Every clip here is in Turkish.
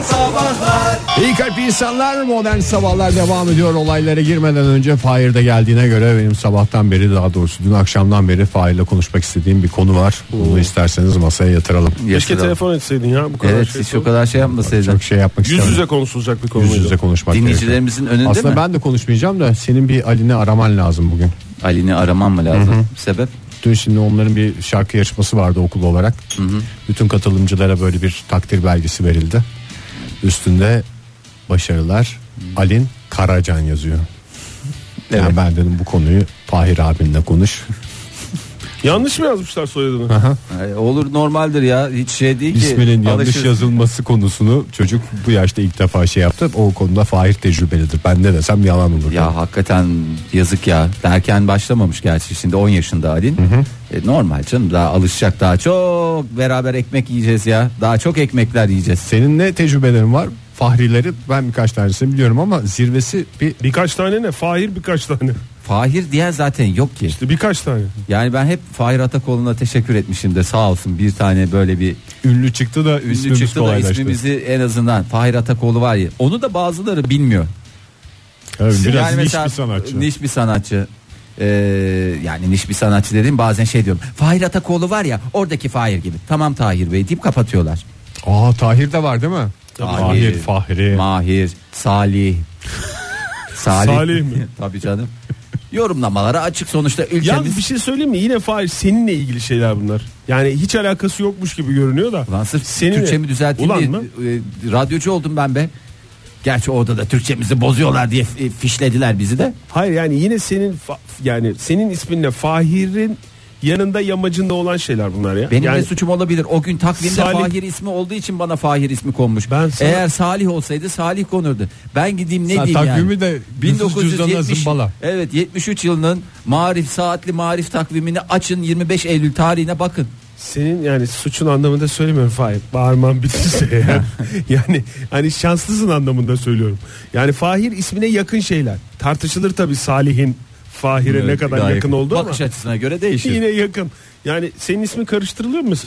Sabahlar. İyi kalp insanlar, modern sabahlar devam ediyor. Olaylara girmeden önce Fahir de geldiğine göre benim sabahtan beri, daha doğrusu dün akşamdan beri Fahir'le konuşmak istediğim bir konu var. Bunu isterseniz masaya yatıralım. Keşke telefon etseydin ya, bu kadar evet, şey. hiç o kadar şey yapmasaydın. Çok şey yapmak Yüz yüze konuşulacak bir konu. Yüz yüze konuşmak dinleyicilerimizin gerekiyor. önünde aslında mi? Ben de konuşmayacağım da senin bir Ali'ni araman lazım bugün. Ali'ni aramam mı lazım? Sebep? Dün şimdi onların bir şarkı yarışması vardı okul olarak. Bütün katılımcılara böyle bir takdir belgesi verildi. Üstünde başarılar Alin Karacan yazıyor. Evet. Yani ben dedim bu konuyu Fahir abinle konuş. Yanlış mı yazmışlar soyadını? Olur, normaldir ya, hiç şey değil ki. İsminin yanlış yazılması konusunu çocuk bu yaşta ilk defa şey yaptı. O konuda Fahir tecrübelidir. Ben ne desem yalan olur. Ya hakikaten yazık ya. Derken başlamamış gerçi, şimdi 10 yaşında Alin. Normal canım, daha alışacak, daha çok beraber ekmek yiyeceğiz ya. Daha çok ekmekler yiyeceğiz. Senin ne tecrübelerin var? Fahrileri ben birkaç tanesini biliyorum ama zirvesi birkaç tane ne? Fahir birkaç tane. Fahir diye zaten yok ki. İşte birkaç tane. Yani ben hep Fahir Atakoğlu'na teşekkür etmişimdir, sağ olsun, bir tane böyle bir ünlü çıktı da ismimizi en azından Fahir Atakoğlu var ya, onu da bazıları bilmiyor. Evet, biraz yani niş bir sanatçı. Niş bir sanatçı. Yani niş bir sanatçı dedim, bazen şey diyorum, Fahir Atakoğlu var ya, oradaki Fahir gibi. Tamam Tahir Bey deyip kapatıyorlar. Tahir de var değil mi? Tahir, Fahri, Mahir, Salih. Salih mi? Tabii canım. Yorumlamalara açık sonuçta ülkemiz. Yalnız bir şey söyleyeyim mi? Yine Fahir seninle ilgili şeyler bunlar. Yani hiç alakası yokmuş gibi görünüyor da. Ulan sırf Türkçemi düzelteyim diye radyocu oldum ben be. Gerçi orada da Türkçemizi bozuyorlar diye fişlediler bizi de. Hayır, yani yine senin isminle Fahir'in yanında yamacında olan şeyler bunlar ya. Benim yani, de suçum olabilir. O gün takvimde Salih... Fahir ismi olduğu için bana Fahir ismi konmuş. Eğer Salih olsaydı Salih konurdu. Ben gideyim ne diyeyim yani. Takvimi de 1970. Evet, 73 yılının saatli marif takvimini açın, 25 Eylül tarihine bakın. Senin yani suçun anlamında söylemiyorum Fahir. Bağırman bitirse ya. Yani hani şanslısın anlamında söylüyorum. Yani Fahir ismine yakın şeyler. Tartışılır tabii Salih'in Fahir'e ne kadar yakın olduğu ama. Bakış açısına göre değişir. Yine yakın. Yani senin ismin karıştırılıyor mu?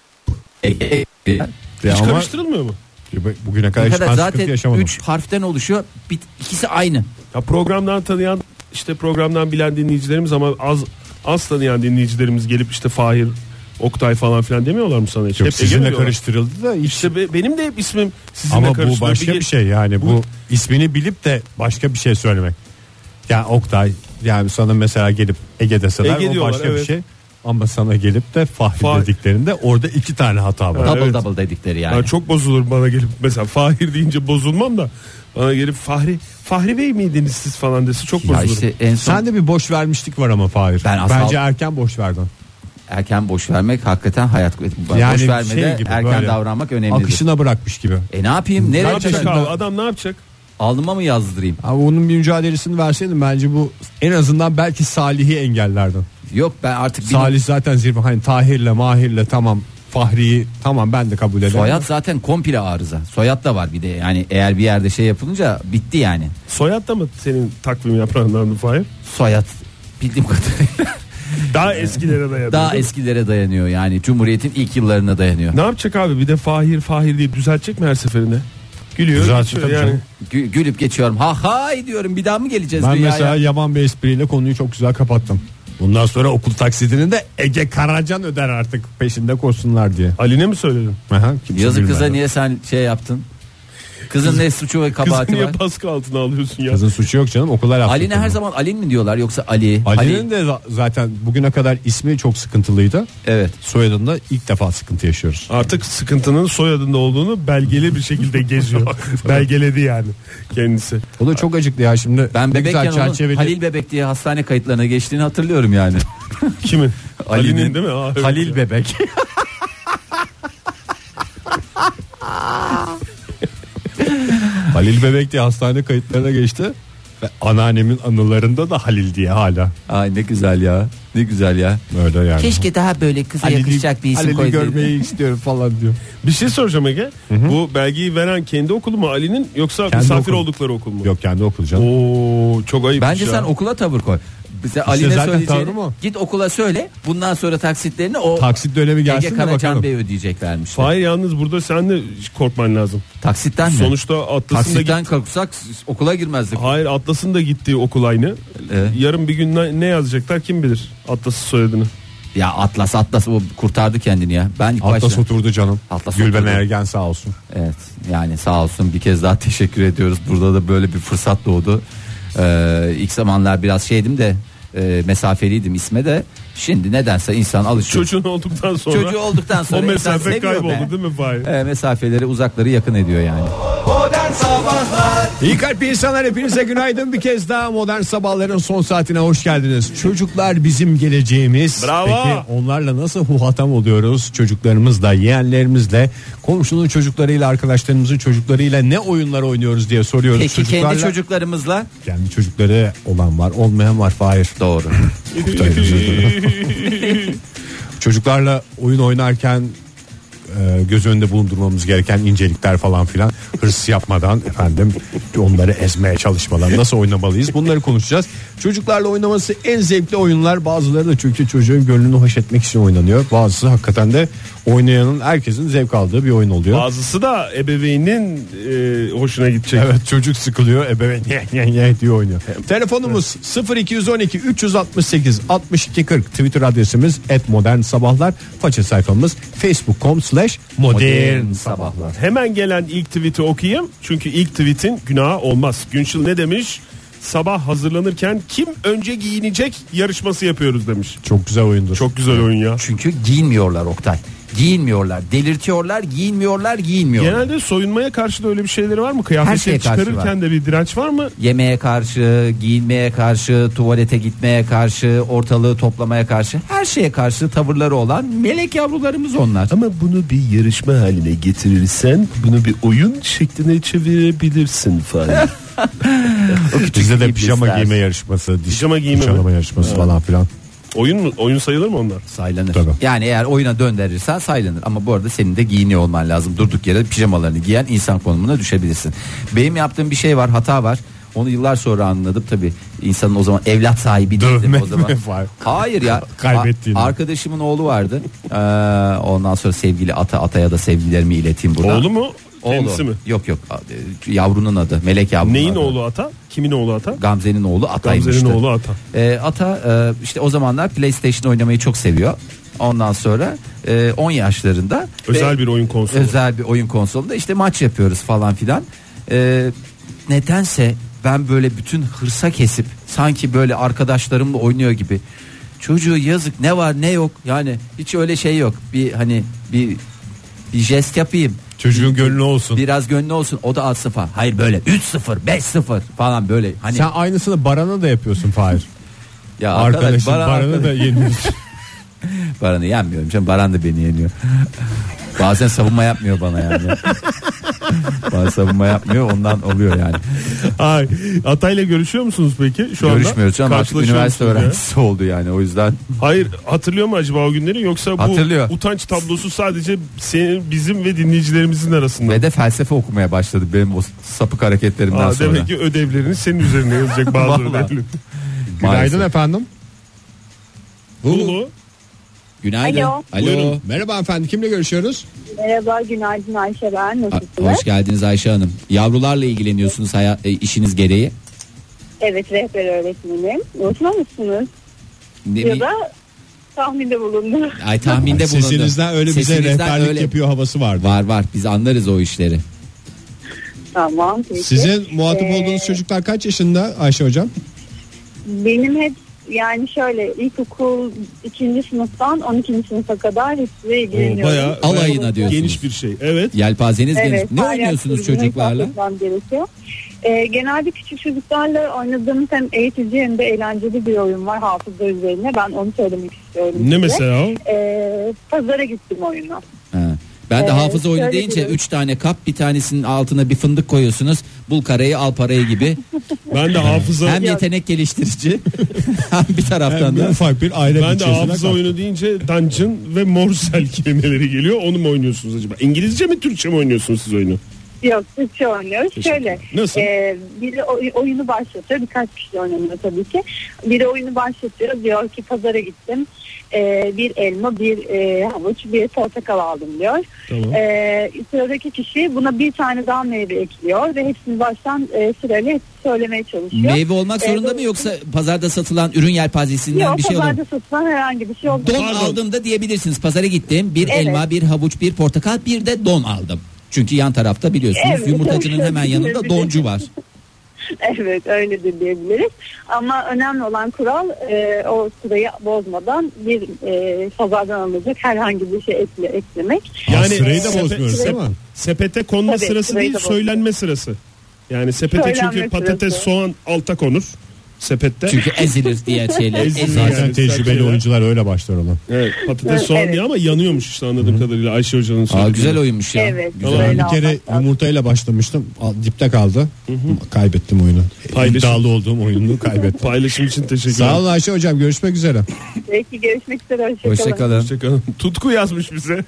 Hiç karıştırılmıyor mu? Bugüne kadar hiç zaten 3 harften oluşuyor. İkisi aynı. Ya programdan tanıyan, işte programdan bilen dinleyicilerimiz ama az tanıyan dinleyicilerimiz gelip işte Fahir, Oktay falan filan demiyorlar mı sana hiç? Hep sizinle karıştırıldı da işte benim de hep ismim sizinle ama karıştırıldı. Ama bu başka bir şey yani, bu ismini bilip de başka bir şey söylemek. Yani Oktay, yani sana mesela gelip Ege deseler o başka bir şey. Ama sana gelip de Fahir dediklerinde orada 2 tane hata var. Double dedikleri yani. Çok bozulur bana gelip mesela Fahir deyince bozulmam da bana gelip Fahri Bey miydiniz siz falan dese çok bozulur. Işte Sen de bir boş vermişlik var ama Fahir. Bence erken boş verdin. Erken boş vermek hakikaten hayat. Yani boş vermede gibi, erken davranmak önemlidir. Akışına bırakmış gibi. Ne yapayım? Nereye yapacak abi? Adam ne yapacak? Alnıma mı yazdırayım? Abi onun bir mücadelesini verseydin bence bu en azından belki Salih'i engellerdin. Yok, ben artık Salih zaten zirve, hani Tahir'le Mahir'le tamam, Fahri'yi tamam ben de kabul ederim. Soyad zaten komple arıza. Soyad da var bir de, yani eğer bir yerde şey yapılınca bitti yani. Soyad da mı senin takvim yaprağından Fahir? Soyad bildiğim kadarıyla daha eskilere dayanıyor. Daha eskilere dayanıyor yani, Cumhuriyet'in ilk yıllarına dayanıyor. Ne yapacak abi, bir de Fahir deyip düzeltecek mi her seferinde? Gülüyor geçiyor yani. Gülüp geçiyorum. Ha diyorum, bir daha mı geleceğiz ben dünyaya? Mesela yaban bir espriyle konuyu çok güzel kapattım. Bundan sonra okul taksidini de Ege Karacan öder artık, peşinde koşsunlar diye. Ali'ne mi söyledin? Aha, yazık kıza, niye sen şey yaptın? Kızın ne suçu ve kabahati var? Kızı niye baskı altına alıyorsun ya? Kızın suçu yok canım, okula laf. Ali'ne her zaman Alin mi diyorlar yoksa Ali? Ali'nin de zaten bugüne kadar ismi çok sıkıntılıydı. Evet. Soyadında ilk defa sıkıntı yaşıyoruz. Artık sıkıntının soyadında olduğunu belgeli bir şekilde geziyor. Belgeledi yani kendisi. O da çok acıktı ya şimdi. Ben bebekken onun Halil Bebek diye hastane kayıtlarına geçtiğini hatırlıyorum yani. Kimin? Ali'nin değil mi? Evet. Halil Bebek. Halil Bebek diye hastane kayıtlarına geçti. Ve anneannemin anılarında da Halil diye hala. Ay ne güzel ya. Ne güzel ya. Öyle yani. Keşke daha böyle kıza yakışacak bir isim koysaydı. Halil'i görmeyi istiyorum falan diyor. Bir şey soracağım Ege. Hı-hı. Bu belgeyi veren kendi okulu mu Ali'nin, yoksa kendi misafir oldukları okul mu? Yok, kendi okulu canım. Oo, çok ayıp. Bence sen okula tavır koy. Bize Ali'ne söyleyeceğini tavrı git okula söyle. Bundan sonra taksitlerini o taksit dönemi gelsin Ege de Karacan bakalım. Bey ödeyeceklermiş. Fahir yalnız burada sen de korkman lazım. Taksitten mi? Sonuçta Atlas'ın da Taksitten kalksak okula girmezdik. Hayır, Atlas'ın da gittiği okul aynı. Yarın bir gün ne yazacaklar kim bilir Atlas'ın soyadını. Ya Atlas o kurtardı kendini ya. Ben ilk Atlas başta... oturdu canım. Atlas Gülben oturdu. Ergen sağ olsun. Evet yani sağ olsun, bir kez daha teşekkür ediyoruz. Burada da böyle bir fırsat doğdu. İlk zamanlar biraz şeydim de mesafeliydim isme de. Şimdi nedense insan alışıyor. Çocuğu olduktan sonra o mesafe kayboldu değil mi Fahir? Mesafeleri uzakları yakın ediyor yani. Modern Sabahlar. İyi kalp insanlar, hepinize günaydın. Bir kez daha Modern Sabahların son saatine hoş geldiniz. Çocuklar bizim geleceğimiz. Bravo. Peki onlarla nasıl huhatam oluyoruz? Çocuklarımızla, yeğenlerimizle, komşunun çocuklarıyla, arkadaşlarımızın çocuklarıyla ne oyunlar oynuyoruz diye soruyoruz. Peki kendi çocuklarımızla? Kendi çocukları olan var, olmayan var Fahir. Doğru. Çocuklarla oyun oynarken göz önünde bulundurmamız gereken incelikler falan filan, hırs yapmadan efendim onları ezmeye çalışmadan nasıl oynamalıyız, bunları konuşacağız. Çocuklarla oynaması en zevkli oyunlar, bazıları da çünkü çocuğun gönlünü hoş etmek için oynanıyor. Bazısı hakikaten de oynayanın, herkesin zevk aldığı bir oyun oluyor. Bazısı da ebeveynin hoşuna gidecek. Evet, çocuk sıkılıyor, ebeveyn diye oynuyor. Telefonumuz 0212 368 62 40, Twitter adresimiz @modernsabahlar, faça sayfamız facebook.com/modern sabahlar. Hemen gelen ilk tweet'i okuyayım. Çünkü ilk tweet'in günahı olmaz. Günşil ne demiş? Sabah hazırlanırken kim önce giyinecek yarışması yapıyoruz demiş. Çok güzel oyundur. Çok güzel oyun ya. Çünkü giyinmiyorlar Oktay. Giyinmiyorlar, delirtiyorlar, giyinmiyorlar. Genelde soyunmaya karşı da öyle bir şeyleri var mı? Kıyafetleri çıkarırken de bir direnç var mı? Yemeğe karşı, giyinmeye karşı, tuvalete gitmeye karşı, ortalığı toplamaya karşı, her şeye karşı tavırları olan melek yavrularımız onlar. Ama bunu bir yarışma haline getirirsen bunu bir oyun şekline çevirebilirsin falan. Bizde de pijama giyme yarışması, Pijama giyme yarışması falan filan. Oyun sayılır mı onlar? Saylanır. Tabii. Yani eğer oyuna döndürürsen saylanır. Ama bu arada senin de giyiniyor olman lazım. Durduk yere pijamalarını giyen insan konumuna düşebilirsin. Benim yaptığım bir şey var, hata var. Onu yıllar sonra anladım tabii. İnsanın o zaman evlat sahibi değildim o zaman. Hayır ya. Kaybettiğini. Arkadaşımın oğlu vardı. Ondan sonra sevgili Ata'ya da sevgilerimi ileteyim buradan. Oğlu mu? Kendisi Oğlu. mi? Yok. Yavrunun adı. Melek yavrunun Neyin adı. oğlu Ata? Kimin oğlu Ata? Gamze'nin oğlu Ata'ymıştı. Gamze'nin oğlu Ata. Ata işte o zamanlar PlayStation oynamayı çok seviyor. Ondan sonra 10 yaşlarında özel bir oyun konsolu. Özel bir oyun konsolunda işte maç yapıyoruz falan filan. Nedense ben böyle bütün hırsa kesip sanki böyle arkadaşlarımla oynuyor gibi. Çocuğu yazık, ne var ne yok, yani hiç öyle şey yok. Bir hani bir jest yapayım. Çocuğun gönlü olsun. Biraz gönlü olsun. O da alt sıfır. Hayır böyle 3-0 5-0 falan böyle. Hani sen aynısını Baran'a da yapıyorsun Fahir. ya arkadaşın Baran'ı da yeniyorsun. Baran'ı yenmiyorum canım. Baran da beni yeniyor. Bazen savunma yapmıyor bana yani. Bazen savunma yapmıyor, ondan oluyor yani. Ay, Atay'la görüşüyor musunuz peki şu anda? Görüşmüyoruz canım, artık üniversite öğrencisi oldu yani, o yüzden. Hayır, hatırlıyor mu acaba o günleri, yoksa bu hatırlıyor. Utanç tablosu sadece senin, bizim ve dinleyicilerimizin arasında? Ve de felsefe okumaya başladı benim o sapık hareketlerimden sonra. Demek ki ödevlerini senin üzerine yazacak bazı ödevlerini. Günaydın efendim. Günaydın. Alo. Merhaba efendim, kimle görüşüyoruz? Merhaba, günaydın Ayşe ben. Nasılsınız? Hoş geldiniz Ayşe Hanım. Yavrularla ilgileniyorsunuz işiniz gereği. Evet, rehber öğretmenim. Unutmamışsınız. Ya da tahminde bulundum. Ay, tahminde bulundum. Sesinizden öyle bize rehberlik öyle yapıyor havası vardı. Var, biz anlarız o işleri. Tamam, peki. Sizin muhatap olduğunuz çocuklar kaç yaşında Ayşe hocam? Benim hep yani şöyle ilkokul 2. sınıftan 12. sınıfa kadar hepsiyle ilgileniyorum. Bayağı Alayına diyorsunuz. geniş bir şey. Evet. Yelpazeniz evet, geniş. Ne oynuyorsunuz çocuklarla? Genelde küçük çocuklarla oynadığımız hem eğitici hem de eğlenceli bir oyun var hafıza üzerine. Ben onu söylemek istiyorum. Ne mesela o? Pazara gittim oyuna. Ha. Ben de hafıza oyunu deyince diyorum. 3 tane kap, bir tanesinin altına bir fındık koyuyorsunuz. Bul karayı al parayı gibi. Ben de hafıza Hem yetenek geliştirici hem bir taraftan da ufak bir aile ben de hafıza kattım. oyunu deyince Dungeon ve Morsel kelimeleri geliyor. Onu mu oynuyorsunuz acaba? İngilizce mi Türkçe mi oynuyorsunuz siz oyunu? Yok, Türkçe oynuyoruz. Şöyle, Nasıl? biri oyunu başlatıyor. Birkaç kişi oynanıyor tabii ki. Biri oyunu başlatıyor. Diyor ki pazara gittim. Bir elma, bir havuç, bir portakal aldım diyor. Tamam. Sıradaki kişi buna bir tane daha meyve ekliyor ve hepsini baştan sırayla söylemeye çalışıyor. Meyve olmak zorunda mı yoksa pazarda satılan ürün yelpazesinden yok, bir şey olur? Yok, pazarda satılan herhangi bir şey olmaz. Don aldım da diyebilirsiniz. Pazara gittim. Bir Evet. elma, bir havuç, bir portakal, bir de don aldım. Çünkü yan tarafta biliyorsunuz Evet, yumurtacının hemen yanında evet. doncu var. Evet, öyle de diyebiliriz. Ama önemli olan kural o sırayı bozmadan bir pazardan alınacak herhangi bir şey eklemek. Yani sırayı da bozmuyoruz değil mi? Sepete konma Tabii, sırası sırayı değil, da bozmuyoruz. söylenme sırası. Yani sepete Söylenme çünkü patates, sırası. soğan alta konur sepette. Çünkü ezilir diğer şeyler. Ezilir. Ezilir. Zaten Yani tecrübeli şeyler. oyuncular öyle başlar ona. Evet, patates, soğan Evet. diye ama yanıyormuş işte anladığım kadarıyla Ayşe Hoca'nın söylediği. Güzel oyunmuş ya. Evet. Güzel. Ben Öyle bir kere almak lazım. yumurtayla başlamıştım. Dipte kaldı. Kaybettim oyunu. Paylaşım. İddialı olduğum oyunu kaybettim. Paylaşım için teşekkür ederim. Sağ olun Ayşe hocam, görüşmek üzere. Belki görüşmek üzere. Hoşçakalın. Hoşçakalın. Hoşçakalın. Tutku yazmış bize.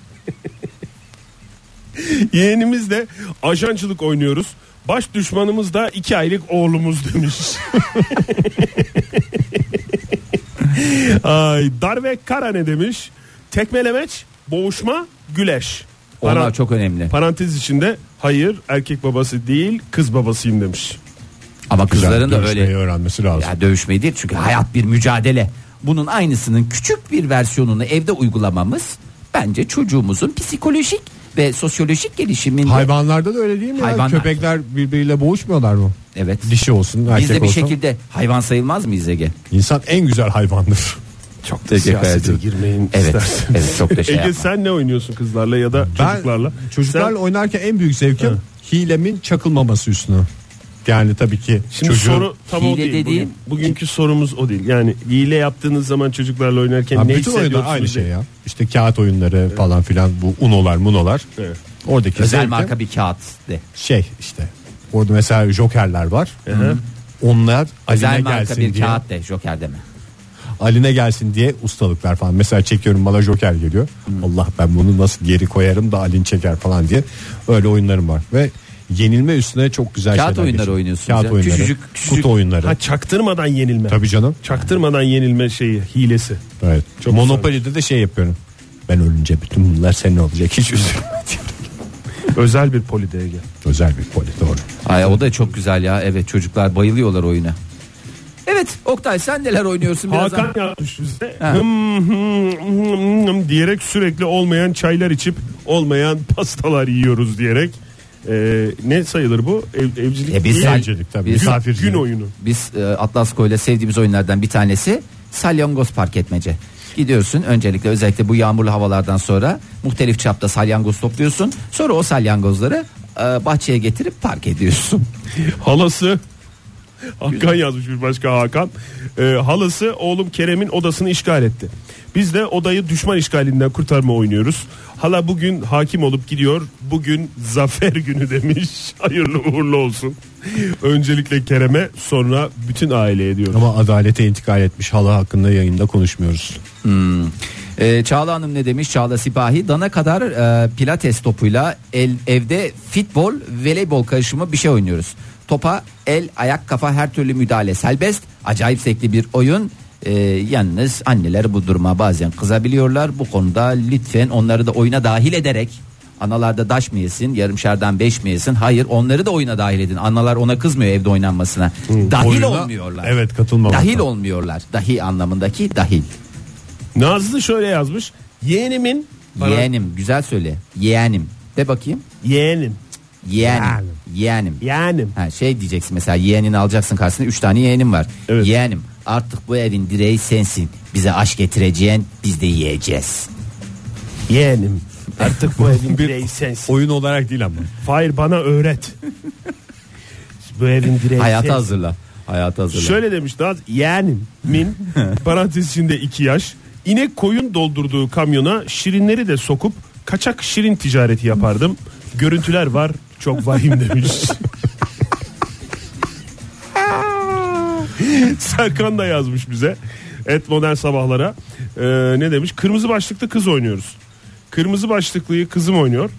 Yeğenimizle ajancılık oynuyoruz. Baş düşmanımız da 2 aylık oğlumuz demiş. Ay, dar ve kara ne demiş? Tekmelemeç, boğuşma, güleş. Onlar çok önemli. Parantez içinde hayır erkek babası değil kız babasıyım demiş. Ama kızların da Dövüşmeyi öyle öğrenmesi lazım. ya dövüşmeyi değil çünkü hayat bir mücadele. Bunun aynısının küçük bir versiyonunu evde uygulamamız bence çocuğumuzun psikolojik ve sosyolojik gelişiminde. Hayvanlarda da öyle değil mi ya? Hayvanlar. Köpekler birbiriyle boğuşmuyorlar mı? Evet. Dişi olsun, erkek Biz de bir olsun. şekilde hayvan sayılmaz mıyız Ege? İnsan en güzel hayvandır. Çok da siyasete girmeyin Evet. istersen. Evet, çok da şey Ege yapma. sen ne oynuyorsun kızlarla ya da çocuklarla? Çocuklarla oynarken en büyük zevkim hilemin çakılmaması üstüne. Yani tabii ki Şimdi soru tam o Hile değil. dediğin- Bugünkü sorumuz o değil. Yani hile yaptığınız zaman çocuklarla oynarken Ha, ne bütün oyunlar hissediyorsunuz? aynı şey ya. İşte kağıt oyunları falan filan, bu unolar munolar. Evet. Oradaki Özel zevkim marka bir kağıt de. şey işte. Orada mesela jokerler var. Hı. Onlar Özel Aline marka gelsin bir diye. kağıt de. Joker deme. Aline gelsin diye ustalıklar falan. Mesela çekiyorum, bana joker geliyor. Allah, ben bunu nasıl geri koyarım da Alin çeker falan diye. Öyle oyunlarım var. Ve yenilme üstüne çok güzel Kağıt şeyler oyunları geçiyor. oynuyorsunuz Kağıt ya. oyunları. Küçücük. Kutu oyunları. Ha, çaktırmadan yenilme. Tabii canım. Çaktırmadan yenilme şeyi, hilesi. Evet. Çok Monopoly'de de şey yapıyorum. Ben ölünce bütün bunlar senin olacak. Hiç üzülme. Özel bir polide Ege. Özel bir poli, doğru. Ay, o da çok güzel ya. Evet, çocuklar bayılıyorlar oyuna. Evet Oktay, sen neler oynuyorsun biraz? Hakan yapmış bize. Ha. Diyerek sürekli olmayan çaylar içip olmayan pastalar yiyoruz diyerek. Ne sayılır bu? Evcilik Biz değil. sal- Evcilik tabii. biz- Misafircilik. Gün oyunu. Biz Atlasko ile sevdiğimiz oyunlardan bir tanesi salyangoz park etmece. Gidiyorsun öncelikle, özellikle bu yağmurlu havalardan sonra muhtelif çapta salyangoz topluyorsun. Sonra o salyangozları bahçeye getirip park ediyorsun. Halası Hakan yazmış, bir başka Hakan. Halası oğlum Kerem'in odasını işgal etti. Biz de odayı düşman işgalinden kurtarma oynuyoruz. Hala bugün hakim olup gidiyor. Bugün zafer günü demiş. Hayırlı uğurlu olsun. Öncelikle Kerem'e, sonra bütün aileye diyorum. Ama adalete intikal etmiş hala hakkında yayında konuşmuyoruz. Çağla Hanım ne demiş? Çağla Sipahi, dana kadar pilates topuyla evde futbol voleybol karışımı bir şey oynuyoruz. Topa el, ayak, kafa her türlü müdahale serbest. Acayip zevkli bir oyun. Yalnız anneler bu duruma bazen kızabiliyorlar. Bu konuda lütfen onları da oyuna dahil ederek, analar da daş mı yesin, yarımşardan 5 mi yesin? Hayır, onları da oyuna dahil edin. Analar ona kızmıyor evde oynanmasına. Dahil Oyuna, olmuyorlar. evet, katılmamak. Dahil olmuyorlar. Dahi anlamındaki dahil. Nazlı şöyle yazmış. Yeğenimin Yeğenim, güzel söyle. Yeğenim. De bakayım. Yeğenim. Yeğenim. Yeğenim. Yeğenim. Ha, şey diyeceksin mesela, yeğenini alacaksın karşısına, 3 tane yeğenim var. Evet. Yeğenim, artık bu evin direği sensin. Bize aşk getireceğin, biz de yiyeceğiz. Yeğenim. Artık bu evin direği sensin. Oyun olarak değil ama. Hayır, bana öğret. Bu evin direği Hayata sensin. hazırla. Hayata hazırla. Şöyle demiş Naz, yeğenimin parantez içinde 2 yaş, inek koyun doldurduğu kamyona şirinleri de sokup kaçak şirin ticareti yapardım. Görüntüler var, çok vahim demiş. Serkan da yazmış bize @modern sabahlara. Ne demiş? Kırmızı başlıklı kız oynuyoruz. Kırmızı başlıklıyı kızım oynuyor.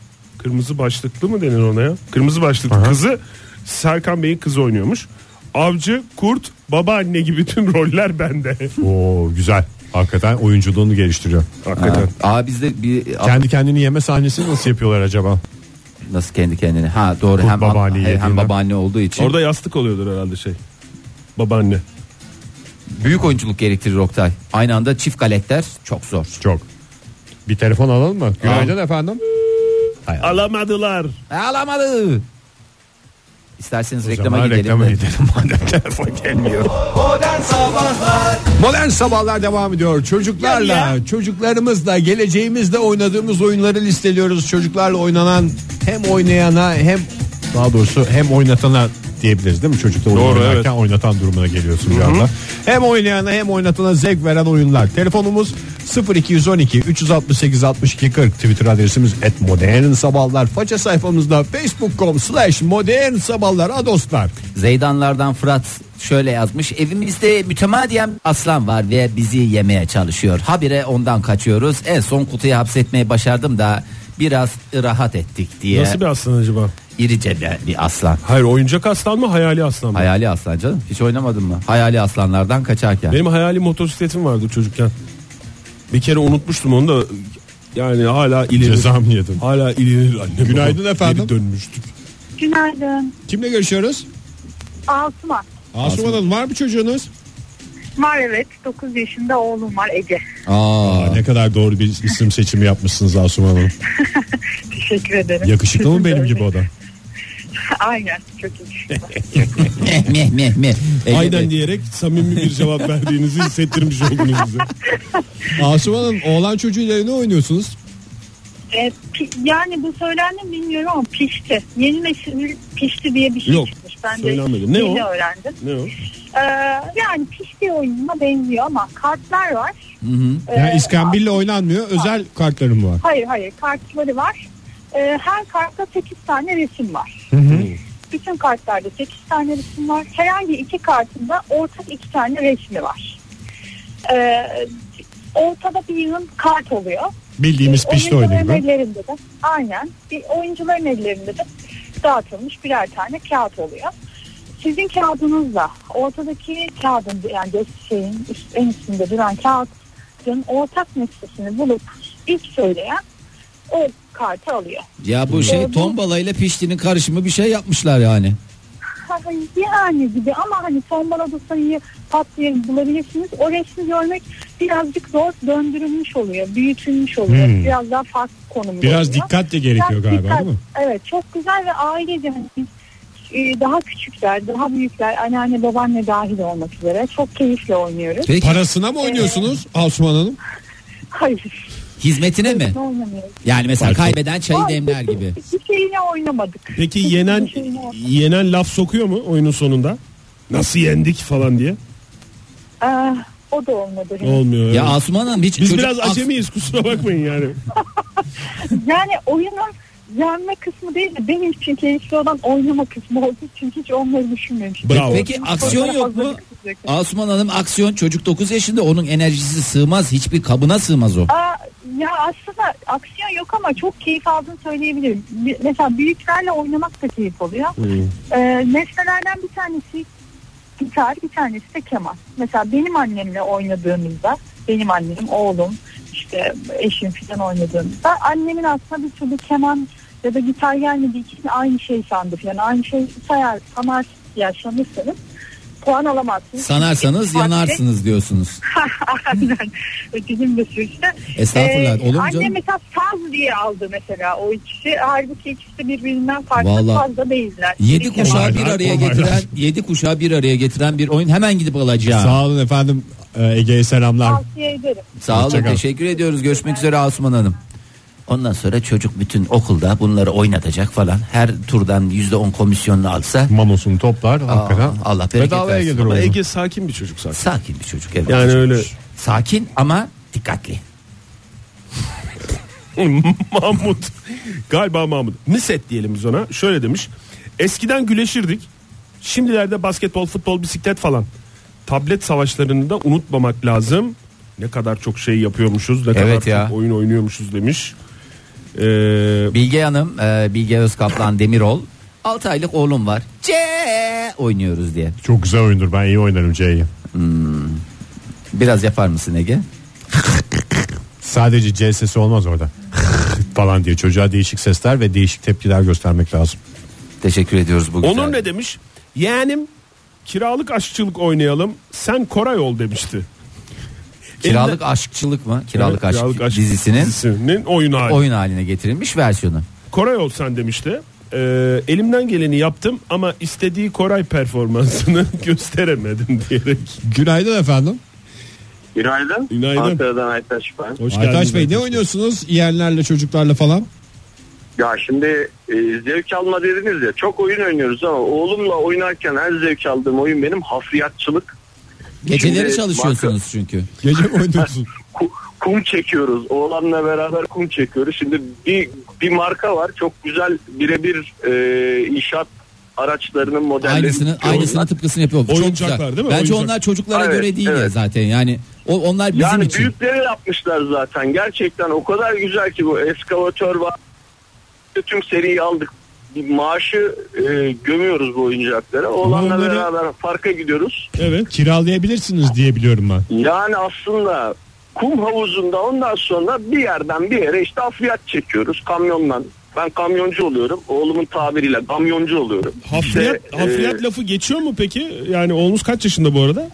Kırmızı başlıklı mı denir ona ya? Kırmızı başlıklı kızı Serkan Bey'in kızı oynuyormuş. Avcı, kurt, babaanne gibi tüm roller bende. Oo güzel. Hakikaten oyunculuğunu geliştiriyor. Hakikaten. Bizde bir Kendi kendini yeme sahnesini nasıl yapıyorlar acaba? nasıl kendi kendine? Ha doğru, Kurt hem babaanneyi hem babaanne olduğu için. Orada yastık oluyordur herhalde babaanne. Büyük oyunculuk gerektirir Oktay. Aynı anda çift karakter çok zor. Çok. Bir telefon alalım mı? Günaydın efendim. Alamadılar. Alamadı. İsterseniz O reklama zaman gidelim. reklama gidelim madem telefon gelmiyor. Modern Sabahlar Modern Sabahlar devam ediyor. Çocuklarla, çocuklarımızla, geleceğimizde oynadığımız oyunları listeliyoruz. Çocuklarla oynanan, hem oynayana hem daha doğrusu hem oynatana diyebiliriz değil mi? Çocukla oyun Doğru, oynarken evet. oynatan durumuna geliyorsun bir anda. Hem oynayana hem oynatana zevk veren oyunlar. Telefonumuz 0212 368 62 40. Twitter adresimiz @modernsabahlar. Faça sayfamızda facebook.com/modernsabahlar. Dostlar. Zeydanlardan Fırat şöyle yazmış: evimizde mütemadiyen aslan var ve bizi yemeye çalışıyor. Habire ondan kaçıyoruz. En son kutuya hapsetmeyi başardım da biraz rahat ettik diye. Nasıl bir aslan acaba? İrice bir aslan. Hayır, oyuncak aslan mı, hayali aslan mı? Hayali aslan canım. Hiç oynamadın mı? Hayali aslanlardan kaçarken. Benim hayali motosikletim vardı çocukken. Bir kere unutmuştum onu da, yani hala ilinir. Ceza mı yedin? Hala ilinir annem. Günaydın efendim. Geri dönmüştük. Günaydın. Kimle görüşüyoruz? Asuman. Asuman Hanım, var mı çocuğunuz? Var, evet. 9 yaşında oğlum var, Ece. Ne kadar doğru bir isim seçimi yapmışsınız Asuman Hanım. Teşekkür ederim. Yakışıklı mı benim gibi o da? Aynen, çok iyi. Meh. Aynen diyerek samimi bir cevap verdiğinizi hissettirmiş oldunuz bize. Asuman Hanım, oğlan çocuğuyla ne oynuyorsunuz? Yani bu söylendi mi bilmiyorum ama pişti. Yeni nesil pişti diye bir şey Yok, çıkmış. Ben söylenmedi. de Ne o? yeni öğrendim. Ne o? Yani pişti oyununa benziyor ama kartlar var. Yani iskambille oynanmıyor, özel kartları mı var? Hayır, kartları var. Her kartta 8 tane resim var. Bütün kartlarda 8 tane resim var. Herhangi iki kartında ortak 2 tane resmi var. Ortada bir yığın kart oluyor. Bildiğimiz pişti oyunu gibi. Ellerinde de, aynen. Oyuncuların ellerinde de dağıtılmış birer tane kağıt oluyor. Sizin kağıdınızla ortadaki kağıdın, yani şeyin en üstünde duran kağıdın ortak nesnesini bulup ilk söyleyen o kartı alıyor. Ya bu tombalayla piştinin karışımı bir şey yapmışlar yani. Yani gibi ama hani tombalada sayıyı pat diye bulabilirsiniz. O resmi görmek birazcık zor, döndürülmüş oluyor, büyütülmüş oluyor. Biraz daha farklı konumda Biraz oluyor. dikkat de gerekiyor galiba, değil mi? Evet, çok güzel ve ailece hani daha küçükler, daha büyükler, anneanne, babaanne dahil olmak üzere çok keyifle oynuyoruz. Peki Parasına mı oynuyorsunuz Asuman Hanım? Hayır. hizmetine mi? Oynamıyoruz. Yani mesela Farklı. kaybeden çayı demler gibi. Bir şeyine oynamadık. Peki yenen laf sokuyor mu oyunun sonunda? Nasıl yendik falan diye? O da olmadı. Olmuyor. Ya evet. Asuman Hanım hiç Biz çocuk biraz acemiyiz, kusura bakmayın yani. Yani oyunun yenme kısmı değil de benim için keyifli olan oynama kısmı olduğu için hiç onları düşünmemiştim. Bravo. Peki aksiyon yok mu? Hazırlık sürekli. Asuman Hanım, aksiyon, çocuk 9 yaşında, onun enerjisi sığmaz, hiçbir kabına sığmaz o. Ya aslında aksiyon yok ama çok keyif aldığını söyleyebilirim. Mesela büyüklerle oynamak da keyif oluyor. Nesnelerden bir tanesi gitar, bir tanesi de keman. Mesela benim annemle oynadığımızda, benim annem, oğlum, işte eşim falan oynadığımızda annemin aslında bir türlü keman ya da gitar gelmediği için aynı şey sandı. Yani aynı şey sanar yaşlanırsanız puan alamazsınız. Sanarsanız yanarsınız diyorsunuz. Aynen. Dilim de sürçtü. Estağfurullah, olur mu Anne canım? mesela saz diye aldı mesela o ikisi. Halbuki ikisi de birbirinden farklı, Vallahi. fazla değiller. 7 kuşağı bir Olaylar, araya olaylar. getiren 7 kuşağı bir araya getiren bir oyun, hemen gidip alacağım. Sağ olun efendim. Ege'ye selamlar. Tavsiye ederim. Sağ olun, Hoşça kal. teşekkür ediyoruz. Görüşmek üzere Asuman Hanım. Ondan sonra çocuk bütün okulda bunları oynatacak falan. Her turdan %10 komisyonunu alsa Manosunu toplar. Hakikaten. Allah bereket Bedavaya versin. gelir Ama oyun. Ege sakin bir çocuk zaten. sakin bir çocuk. Evet. Yani öyle Sakin ama dikkatli. Mahmut, galiba Mahmut, Miset diyelim biz ona, şöyle demiş: eskiden güleşirdik, şimdilerde basketbol, futbol, bisiklet falan. Tablet savaşlarını da unutmamak lazım. Ne kadar çok şey yapıyormuşuz, ne Evet kadar ya. çok oyun oynuyormuşuz demiş. Bilge Hanım, Bilge Özkaplan Demirol. 6 aylık oğlum var. C oynuyoruz diye. Çok güzel oyundur, ben iyi oynarım C'yi. Biraz yapar mısın Ege? Sadece C sesi olmaz orada. Falan diye çocuğa değişik sesler ve değişik tepkiler göstermek lazım. Teşekkür ediyoruz bu güzel. Onur ne demiş? Yeğenim kiralık aşkçılık oynayalım, sen Koray ol demişti. Kiralık aşkçılık mı? Kiralık Evet, Aşk Aşk dizisinin oyun haline getirilmiş versiyonu. Koray ol sen demişti. Elimden geleni yaptım ama istediği Koray performansını gösteremedim diyerek. Günaydın efendim. Günaydın. Günaydın. Ankara'dan Aytaç ben. Hoş Aytaç geldiniz. Bey, ne oynuyorsunuz yeğenlerle, çocuklarla falan? Ya şimdi zevk alma dediniz ya, çok oyun oynuyoruz ama oğlumla oynarken en zevk aldığım oyun benim hafriyatçılık. Geceleri Şimdi çalışıyorsunuz çünkü. Gece mi oynuyorsun? Kum çekiyoruz. Oğlanla beraber kum çekiyoruz. Şimdi bir marka var. Çok güzel birebir inşaat araçlarının modelleri. Aynısını tıpkısını yapıyor. Çok Oyuncaklar güzel. değil mi? Bence Oyuncak. onlar çocuklara Evet, göre değil ya evet. zaten. Yani onlar bizim Yani için. büyüklere yapmışlar zaten. Gerçekten o kadar güzel ki, bu eskavatör var. Tüm seriyi aldık. Bir maaşı gömüyoruz bu oyuncaklara. Oğlanla Onları- beraber parka gidiyoruz. Evet. Kiralayabilirsiniz diye biliyorum ben. Yani aslında kum havuzunda ondan sonra bir yerden bir yere işte hafriyat çekiyoruz kamyondan. Ben kamyoncu oluyorum. Oğlumun tabiriyle kamyoncu oluyorum. Hafriyat lafı geçiyor mu peki? Yani oğlunuz kaç yaşında bu arada?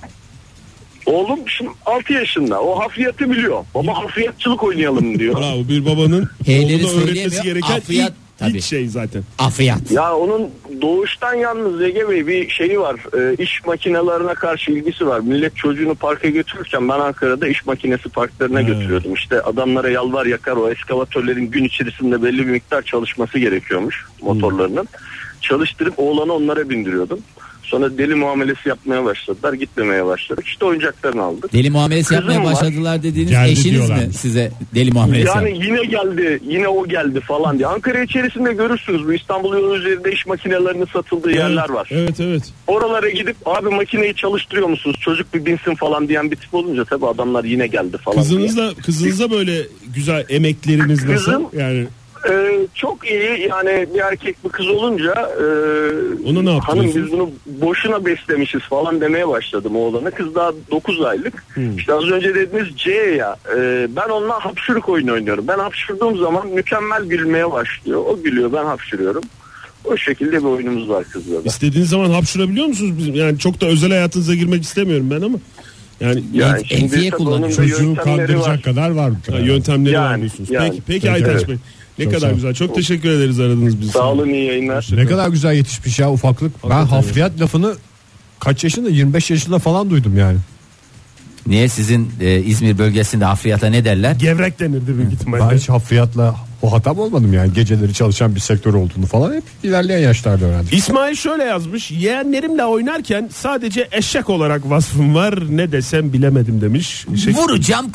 Oğlum şimdi 6 yaşında. O hafriyatı biliyor. Baba hafriyatçılık oynayalım diyor. Bravo, bir babanın H'leri oğluna öğretmesi söyleyemiyor. gereken Hafriyat, tabii. ilk şey zaten. Afiyat. Ya onun doğuştan yalnız Ege Bey bir şeyi var. İş makinelerine karşı ilgisi var. Millet çocuğunu parka götürürken ben Ankara'da iş makinesi parklarına götürüyordum. İşte adamlara yalvar yakar, o eskavatörlerin gün içerisinde belli bir miktar çalışması gerekiyormuş motorlarının. Çalıştırıp oğlanı onlara bindiriyordum. Sonra deli muamelesi yapmaya başladılar. Gitmemeye başladık. İşte oyuncaklarını aldık. Deli muamelesi Kızım yapmaya var. başladılar dediğiniz Geldi eşiniz diyorlar. mi size deli muamelesi Yani yaptı? yine geldi, yine o geldi falan diye. Ankara içerisinde görürsünüz, bu İstanbul yolu üzerinde iş makinelerinin satıldığı yerler var. Evet. Oralara gidip abi makineyi çalıştırıyor musunuz? Çocuk bir binsin falan diyen bir tip olunca tabii adamlar yine geldi falan diye. Kızınızla böyle güzel emekleriniz nasıl? Kızım- Yani Çok iyi yani, bir erkek bir kız olunca onu ne hanım yaptınız? biz bunu boşuna beslemişiz falan demeye başladım oğlana. Kız daha 9 aylık. İşte az önce dediğiniz C ya, ben onunla hapşırık oyunu oynuyorum. Ben hapşırdığım zaman mükemmel gülmeye başlıyor. O gülüyor, ben hapşırıyorum. O şekilde bir oyunumuz var kızla da. İstediğiniz zaman hapşırabiliyor musunuz? Yani çok da özel hayatınıza girmek istemiyorum ben ama. Yani Enfiye tabii onun kullanıyor. da Çocuğu yöntemleri kandıracak var. kadar var. yöntemleri Yani, var diyorsunuz. yani. Peki Peki, Aytaç evet. Bey. Ne Çok kadar sağ ol. güzel. Çok teşekkür ederiz aradığınız bizi. Sağ olun, iyi yayınlar. Ne kadar güzel yetişmiş ya, ufaklık. Ben Hakikaten hafriyat lafını kaç yaşında, 25 yaşında falan duydum yani. Niye sizin İzmir bölgesinde hafriyata ne derler? Gevrek denirdi büyük Ben ihtimalle. hiç hafriyatla o hatam olmadım yani, geceleri çalışan bir sektör olduğunu falan hep ilerleyen yaşlarda öğrendim. İsmail şöyle yazmış. Yeğenlerimle oynarken sadece eşek olarak vasfım var. Ne desem bilemedim demiş. Vuracağım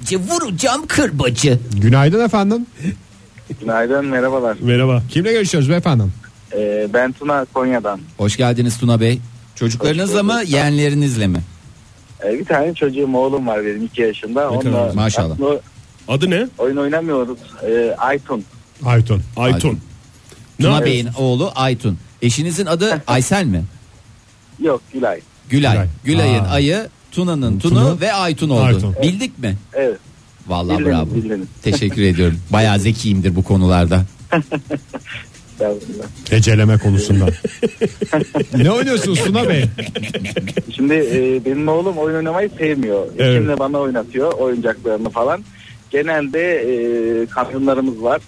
kırbacı. Günaydın efendim. Günaydın, merhabalar. Merhaba. Kimle görüşüyoruz beyefendi? Ben Tuna, Konya'dan. Hoş geldiniz Tuna Bey. Çocuklarınızla mı yeğenlerinizle mi? Bir tane çocuğum, oğlum var benim 2 yaşında. Ne kadar Onunla güzel. Maşallah. aslında Adı ne? oyun oynamıyoruz. Aytun. Aytun. Aytun. Tuna Bey'in oğlu Aytun. Eşinizin adı Aysel mi? Yok, Gülay. Gülay. Gülay'ın Aa. ayı, Tuna'nın Tunu Tunu ve Aytun oldu. Aytun. Bildik mi? Evet. Vallahi Bildiniz, bravo. bildiniz. Teşekkür ediyorum. Bayağı zekiyimdir bu konularda. Estağfurullah. Heceleme konusunda. Ne oynuyorsunuz Tuna Bey? Şimdi benim oğlum oyun oynamayı sevmiyor. Evet. Şimdi bana oynatıyor oyuncaklarını falan. Genelde kamyonlarımız var.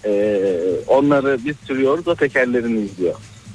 Onları biz sürüyoruz, o tekerlerini izliyor.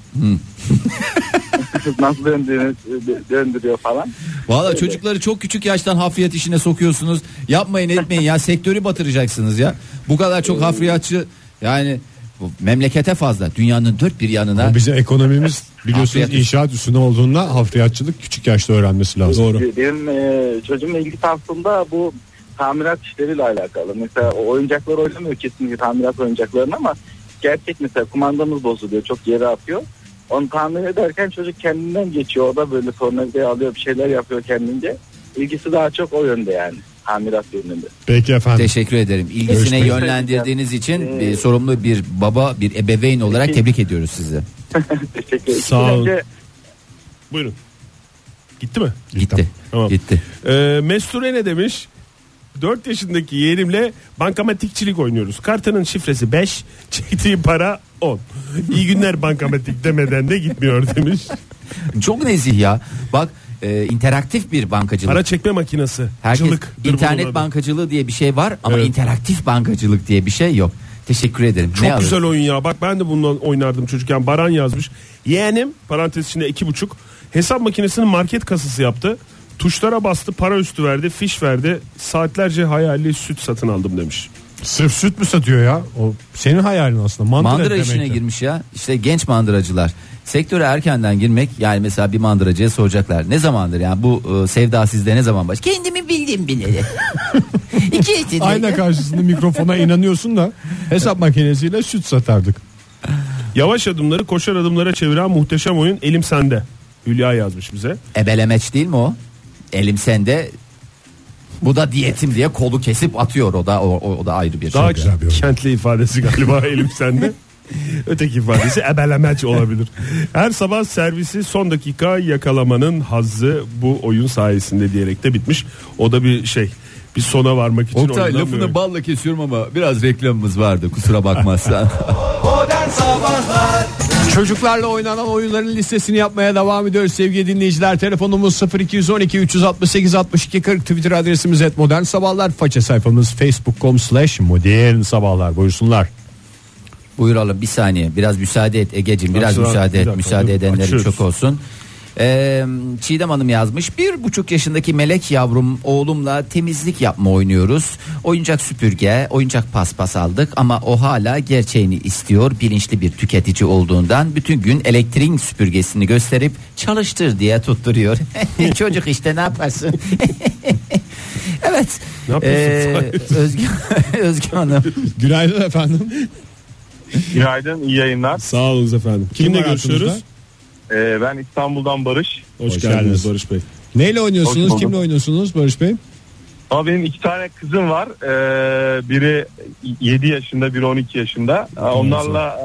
Nasıl döndürüyor falan. Vallahi çocukları çok küçük yaştan hafriyat işine sokuyorsunuz. Yapmayın etmeyin ya, sektörü batıracaksınız ya. Bu kadar çok hafriyatçı yani bu memlekete fazla. Dünyanın dört bir yanına. Bizim ekonomimiz biliyorsunuz Hafriyat. inşaat üstüne olduğunda hafriyatçılık küçük yaşta öğrenmesi lazım. Doğru. Benim çocuğumla ilgisi aslında bu tamirat işleriyle alakalı. Mesela o oyuncakları oynamıyor kesinlikle, tamirat oyuncaklarını, ama gerçek mesela kumandamız bozuluyor, çok yere atıyor. Onu tamir ederken çocuk kendinden geçiyor. O da böyle tornavidayı alıyor, bir şeyler yapıyor kendince. İlgisi daha çok o yönde yani. tamirat bölümünde. Peki efendim. Teşekkür ederim. İlgisine yönlendirdiğiniz için sorumlu bir baba, bir ebeveyn olarak tebrik ediyoruz sizi. Teşekkür ederim. Sağ olun. Önce Buyurun. Gitti mi? Gitti. Tamam. Gitti. Mesture ne demiş? 4 yaşındaki yeğenimle bankamatikçilik oynuyoruz. Kartının şifresi 5, çektiği para 10. İyi günler bankamatik demeden de gitmiyor demiş. Çok nezih ya. Bak interaktif bir bankacılık. Para çekme makinesi. Herkes Cılıktır internet bunun adı. bankacılığı diye bir şey var ama Evet. interaktif bankacılık diye bir şey yok. Teşekkür ederim. Çok güzel oyun ya. Bak ben de bundan oynardım çocukken. Baran yazmış. Yeğenim parantez içinde 2,5 hesap makinesinin market kasası yaptı. Tuşlara bastı, para üstü verdi, fiş verdi. Saatlerce hayali süt satın aldım demiş. Sırf süt mü satıyor ya? O senin hayalin aslında. Mandıra işine girmiş ya. İşte genç mandıracılar. Sektöre erkenden girmek, yani mesela bir mandıracıya soracaklar. Ne zamandır yani bu sevda sizde ne zaman baş? Kendimi bildim bileli. 2 yaşında. Ayna karşısında mikrofona inanıyorsun da hesap makinesiyle süt satardık. Yavaş adımları koşar adımlara çeviren muhteşem oyun Elim Sende. Hülya yazmış bize. Ebelemeç değil mi o? Elim sende. Bu da diyetim diye kolu kesip atıyor, o da ayrı bir Daha şey. güzel bir oyun. kentli ifadesi galiba Elim Sende. Öteki ifadesi ebelemeç olabilir. Her sabah servisi son dakika yakalamanın hazzı bu oyun sayesinde diyerek de bitmiş. O da bir şey. Bir sona varmak için Oktay, oynanmıyor. lafını balla kesiyorum ama biraz reklamımız vardı, kusura bakmazsan. Modern Sabahlar. Çocuklarla oynanan oyunların listesini yapmaya devam ediyoruz sevgili dinleyiciler. Telefonumuz 0212 368 62 40, Twitter adresimiz @modernsabahlar, faça sayfamız facebook.com/modernsabahlar. Buyursunlar. Buyuralım, bir saniye, biraz müsaade et Egeciğim, biraz Açılan, müsaade bir et, dakika, müsaade edenlerin açıyoruz. çok olsun. Çiğdem Hanım yazmış, 1,5 yaşındaki melek yavrum oğlumla temizlik yapma oynuyoruz. Oyuncak süpürge, oyuncak paspas aldık ama o hala gerçeğini istiyor. Bilinçli bir tüketici olduğundan bütün gün elektriğin süpürgesini gösterip çalıştır diye tutturuyor. Çocuk işte, ne yaparsın? Evet. Ne yapıyorsun? Özgü Hanım. Günaydın efendim. günaydın, iyi yayınlar. Sağ olun efendim. Kimle var görüşüyoruz? aklınızda? Ben İstanbul'dan Barış. Hoş Hoş geldiniz geldiniz. Barış Bey. Neyle Hoş oynuyorsunuz? bulduk. Kimle oynuyorsunuz Barış Bey? Ama benim 2 tane kızım var. Biri 7 yaşında, biri 12 yaşında. Onlarla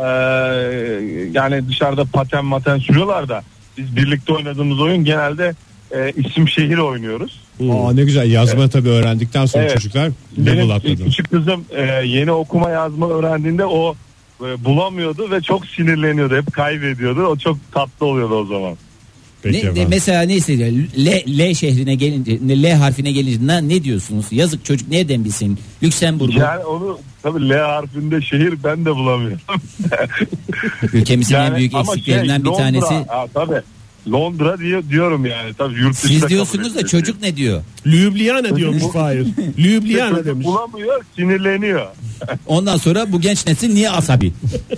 yani dışarıda paten sürüyorlar da biz birlikte oynadığımız oyun genelde isim şehir oynuyoruz. Aa, ne güzel, yazma tabii öğrendikten sonra Evet. çocuklar level Benim atladı. küçük kızım yeni okuma yazma öğrendiğinde o bulamıyordu ve çok sinirleniyordu. Hep kaybediyordu. O çok tatlı oluyordu o zaman. Peki efendim. Mesela ne hissediyor? L şehrine gelince, L harfine gelince ne diyorsunuz? Yazık, çocuk nereden bilsin? Lüksemburg. Yani onu tabii L harfinde şehir ben de bulamıyorum. Ülkemizin en Yani büyük ama eksiklerinden bir Londra, tanesi. Tabii Londra diyorum yani. Tabii yurt dışında Siz kabul diyorsunuz da edilir. çocuk ne diyor? Ljubljana diyormuş Fahir. Ljubljana Çocuk demiş. bulamıyor, sinirleniyor. Ondan sonra bu genç nesil niye asabi?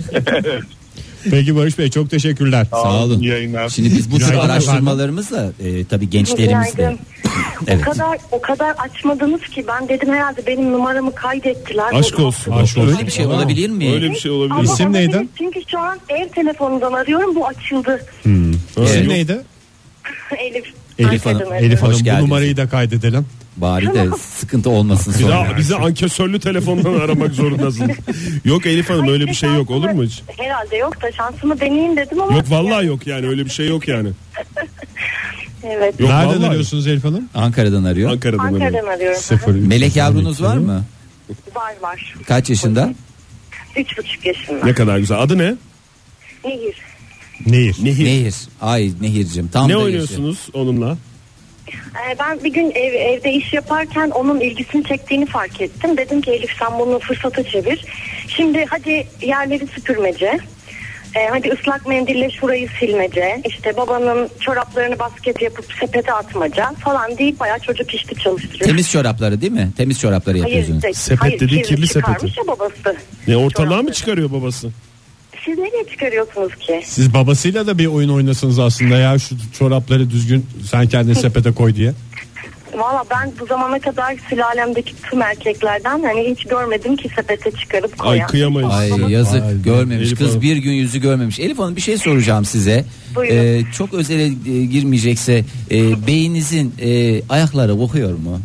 Peki Barış Bey, çok teşekkürler. Sağ olun. İyi yayınlar. Şimdi biz bu tür Günaydın araştırmalarımızla tabii gençlerimizle. Günaydın. Evet. O kadar açmadınız ki ben dedim herhalde benim numaramı kaydettiler. Aşk O- olsun. Aşk olsun. Öyle bir şey olabilir mi? Öyle bir şey olabilir. Ama İsim olabilir, neydi? Çünkü şu an ev telefonundan arıyorum, bu açıldı. İsim neydi? Elif. Elif Hanım. Ankara'dan Elif Hanım, Hoş bu geldiniz. numarayı da kaydedelim. Bari de sıkıntı olmasın sonra. Bize ankesörlü telefondan aramak zorundasınız. Yok Elif Hanım, öyle bir şey yok, olur mu hiç? Herhalde yok da şansımı deneyeyim dedim ama. Yok vallahi yok yani, öyle bir şey yok yani. Evet. Yok, Nereden vallahi. arıyorsunuz Elif Hanım? Ankara'dan arıyor. Ankara'dan Ankara'dan arıyorum. arıyorum. Sıfır. Melek yavrunuz var mı? Var. Kaç yaşında? 3,5 yaşında. Ne kadar güzel. Adı ne? Nehir. Nehir. Nehir. Nehir. Ay Nehir'cim. Tam Ne da oynuyorsunuz onunla? Ben bir gün evde iş yaparken onun ilgisini çektiğini fark ettim. Dedim ki Elif, sen bunu fırsata çevir. Şimdi hadi yerleri süpürmece. Hadi ıslak mendille şurayı silmece. İşte babanın çoraplarını basket yapıp sepete atmaca falan deyip bayağı çocuk işte çalıştırıyor. Temiz çorapları değil mi? Temiz çorapları yapıyorsunuz. Sepet dediği kirli sepeti. Çıkarmış ya babası. Ne, ortalığa mı Çorapları. çıkarıyor babası? Siz nereye çıkarıyorsunuz ki? Siz babasıyla da bir oyun oynasınız aslında ya, şu çorapları düzgün sen kendin sepete koy diye. Valla ben bu zamana kadar sülalemdeki tüm erkeklerden hani hiç görmedim ki sepete çıkarıp koyan. Ay kıyamayız. Ay yazık, Vay be, görmemiş. Elif Kız Hanım. bir gün yüzü görmemiş. Elif Hanım, bir şey soracağım size. Buyurun. Çok özele girmeyecekse beyninizin ayakları kokuyor mu?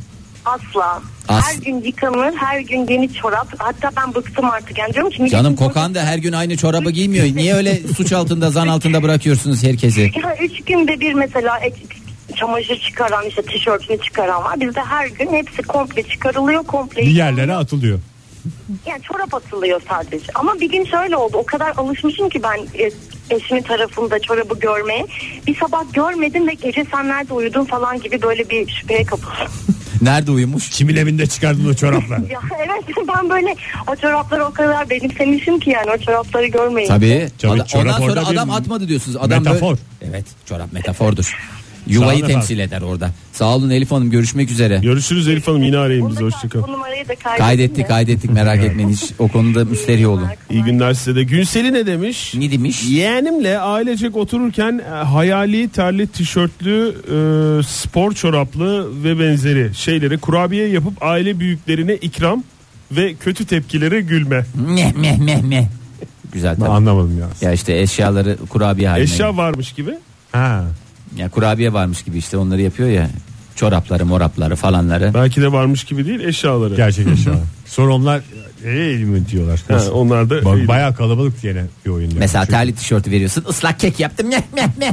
Asla. Her gün yıkanır, her gün yeni çorap. Hatta ben bıktım artık. Yani diyorum ki, Canım kokan da her gün aynı çorabı giymiyor. Niye öyle suç altında, zan altında bırakıyorsunuz herkesi? Ya 3 günde bir mesela çamaşır çıkaran, işte tişörtünü çıkaran var. Bizde her gün hepsi komple çıkarılıyor, komple. Bir yerlere atılıyor. Yani çorap atılıyor sadece. Ama bir gün şöyle oldu. O kadar alışmışım ki ben eşimin tarafında çorabı görmeye. Bir sabah görmedim ve gece sen nerede uyudun falan gibi böyle bir şüpheye kapıldım. Nerede uyumuş? Kimin evinde çıkardın o çoraplar? Ya evet, ben böyle o çorapları o kadar benimsemişim ki yani o çorapları görmeyin. Tabii. Çorap Ondan sonra orada bir adam atmadı diyorsunuz. Adam metafor. Böyle... Evet, çorap metafordur. Yuvayı Sağ temsil eder orada. Sağ olun Elif Hanım, görüşmek üzere. Görüşürüz Elif Hanım, yine arayın bizi, hoşçakalın. Bu numarayı da Kaydettik merak etmeyin, hiç o konuda müsterih olun. İyi günler size de. Günseli ne demiş? Ne demiş? Yeğenimle ailecek otururken hayali terli tişörtlü spor çoraplı ve benzeri şeyleri kurabiye yapıp aile büyüklerine ikram ve kötü tepkilere gülme. Meh. Güzel tabii. Anlamadım ya. Ya işte eşyaları kurabiye haline. Eşya varmış gibi. Ha. Ya kurabiye varmış gibi işte onları yapıyor ya. Çorapları, morapları falanları. Belki de varmış gibi değil, eşyaları. Gerçek eşya. Sonra onlar mi diyorlar. Ha, onlar da bayağı kalabalık yine bir oyun. Mesela terli tişörtü veriyorsun. Islak kek yaptım. Meh.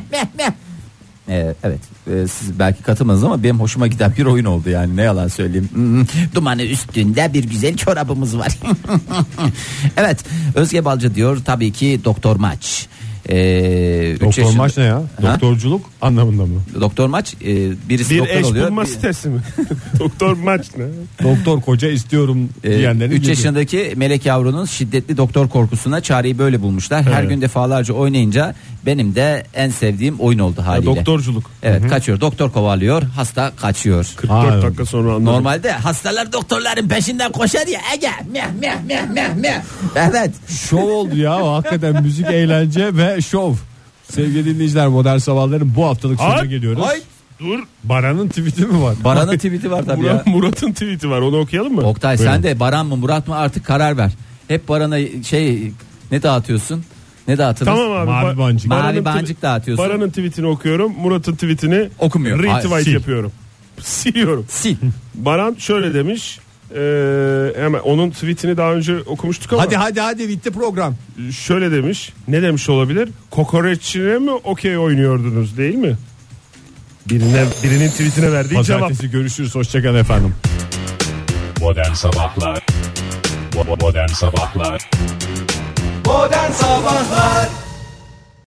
Evet, siz belki katılmadınız ama benim hoşuma giden bir oyun oldu yani, ne yalan söyleyeyim. Dumanı üstünde bir güzel çorabımız var. Evet, Özge Balcı diyor tabii ki Doktor Maç. Doktor Maç ne ya? Doktorculuk anlamında mı? Doktor Maç birisi bir doktor eş oluyor. bulma sitesi mi? Doktor Maç ne? Doktor koca istiyorum diyenlerin 3 yaşındaki melek yavrunun şiddetli doktor korkusuna çareyi böyle bulmuşlar. Her gün defalarca oynayınca benim de en sevdiğim oyun oldu haliyle. Doktorculuk. Evet, kaçıyor. Doktor kovalıyor, hasta kaçıyor. 44 dakika sonra anladım. Normalde hastalar doktorların peşinden koşar ya. Ege meh. Evet. Şov oldu ya, hakikaten müzik, eğlence ve şov. Sevgili dinleyiciler, Modern Sabahların bu haftalık sonuna geliyoruz. Dur. Baran'ın tweet'i mi var? Baran'ın tweet'i var tabii ya. Murat'ın tweet'i var, onu okuyalım mı? Oktay Buyurun. sen de Baran mı Murat mı artık karar ver. Hep Baran'a ne dağıtıyorsun? Ne dağıtırız? Tamam abi. Mavi bancık. Mavi bancık dağıtıyorsun. Baran'ın tweetini okuyorum. Murat'ın tweetini Okumuyor. retweet Sil. yapıyorum. Siliyorum. Sil. Baran şöyle demiş. Hemen onun tweetini daha önce okumuştuk ama. Hadi bitti program. Şöyle demiş. Ne demiş olabilir? Kokoreççine mi okey oynuyordunuz, değil mi? Birinin tweetine verdiği cevap. Pazartesi görüşürüz. Hoşçakalın efendim. Modern Sabahlar. Modern Sabahlar. Modern Sabahlar